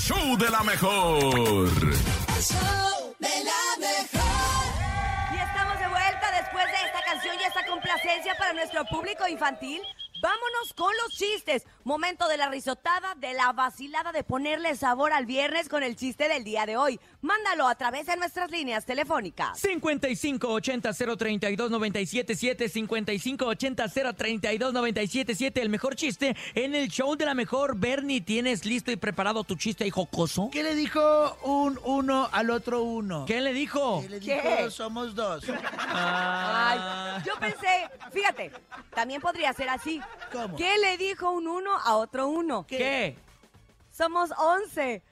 show de la mejor. El show de la mejor. Y estamos de vuelta después de esta canción y esta complacencia para nuestro público infantil. Vámonos con los chistes. Momento de la risotada, de la vacilada, de ponerle sabor al viernes con el chiste del día de hoy. Mándalo a través de nuestras líneas telefónicas. 5580-032-977, 5580-032-977. El mejor chiste en el show de la mejor. Bernie, ¿tienes listo y preparado tu chiste, hijo jocoso? ¿Qué le dijo un uno al otro uno? ¿Qué le dijo? ¿Qué le ¿Qué? dijo? Somos dos. Ay, yo pensé, fíjate, también podría ser así. ¿Cómo? ¿Qué le dijo un uno a otro uno? ¿Qué? Somos 11.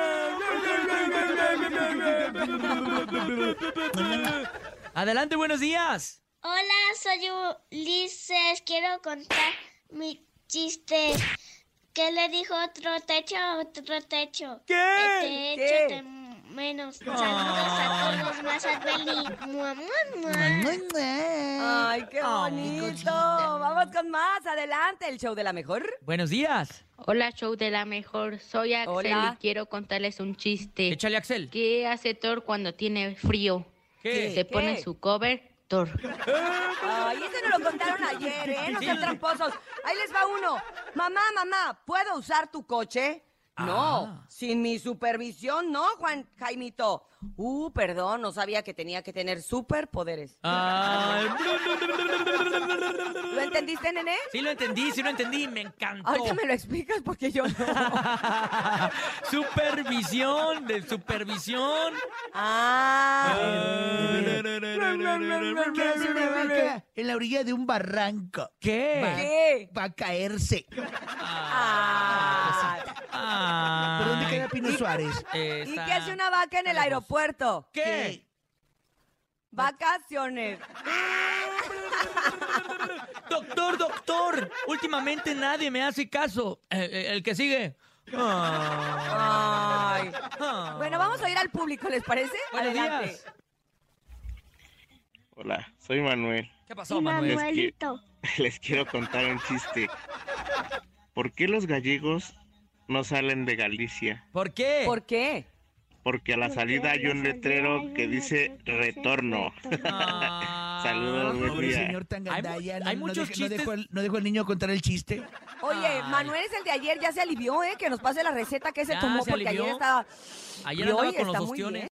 Adelante, buenos días. Hola, soy Ulises. Quiero contar mi chiste. ¿Qué le dijo otro techo a otro techo? ¿Qué? Te echo de menos. Saludos a todos, más al Beli. Mua, mua, mua. Ay, qué bonito. Vamos con más. Adelante, el show de la mejor. Buenos días. Hola, show de la mejor. Soy Axel Hola. y quiero contarles un chiste. Échale, Axel. ¿Qué hace Thor cuando tiene frío? ¿Qué? Se pone su cover, Thor. Ay, ese no lo contaron ayer, ¿eh? No sean tramposos. Ahí les va uno. Mamá, ¿puedo usar tu coche? No, sin mi supervisión, no, Jaimito. Perdón, no sabía que tenía que tener superpoderes. Ay. ¿Lo entendiste, nene? Sí lo entendí, me encantó. Ahorita me lo explicas porque yo no. Supervisión, de supervisión. ¿Qué hace una vaca en la orilla de un barranco? ¿Qué? ¿Qué? Va a caerse. Ah. Ah. ¿Por dónde queda Pino Suárez? ¿Y qué hace una vaca en el aeropuerto? ¿Qué? Vacaciones. Doctor, últimamente nadie me hace caso. El que sigue. Ay. Bueno, vamos a ir al público, ¿les parece? Buenos Adelante. días. Hola, soy Manuel. ¿Qué pasó, Manuel? Manuelito. Les quiero contar un chiste. ¿Por qué los gallegos no salen de Galicia? ¿Por qué? ¿Por qué? Porque a la salida hay un letrero que dice retorno. Saludos, buen Pobre día. señor Tangandaya. hay muchos chistes. No dejó al niño contar el chiste. Oye, Ay. Manuel es el de ayer, ya se alivió, ¿eh? Que nos pase la receta que se Ya tomó se porque alivió. ayer estaba... Ayer y hoy andaba con los está muy ostiones. bien.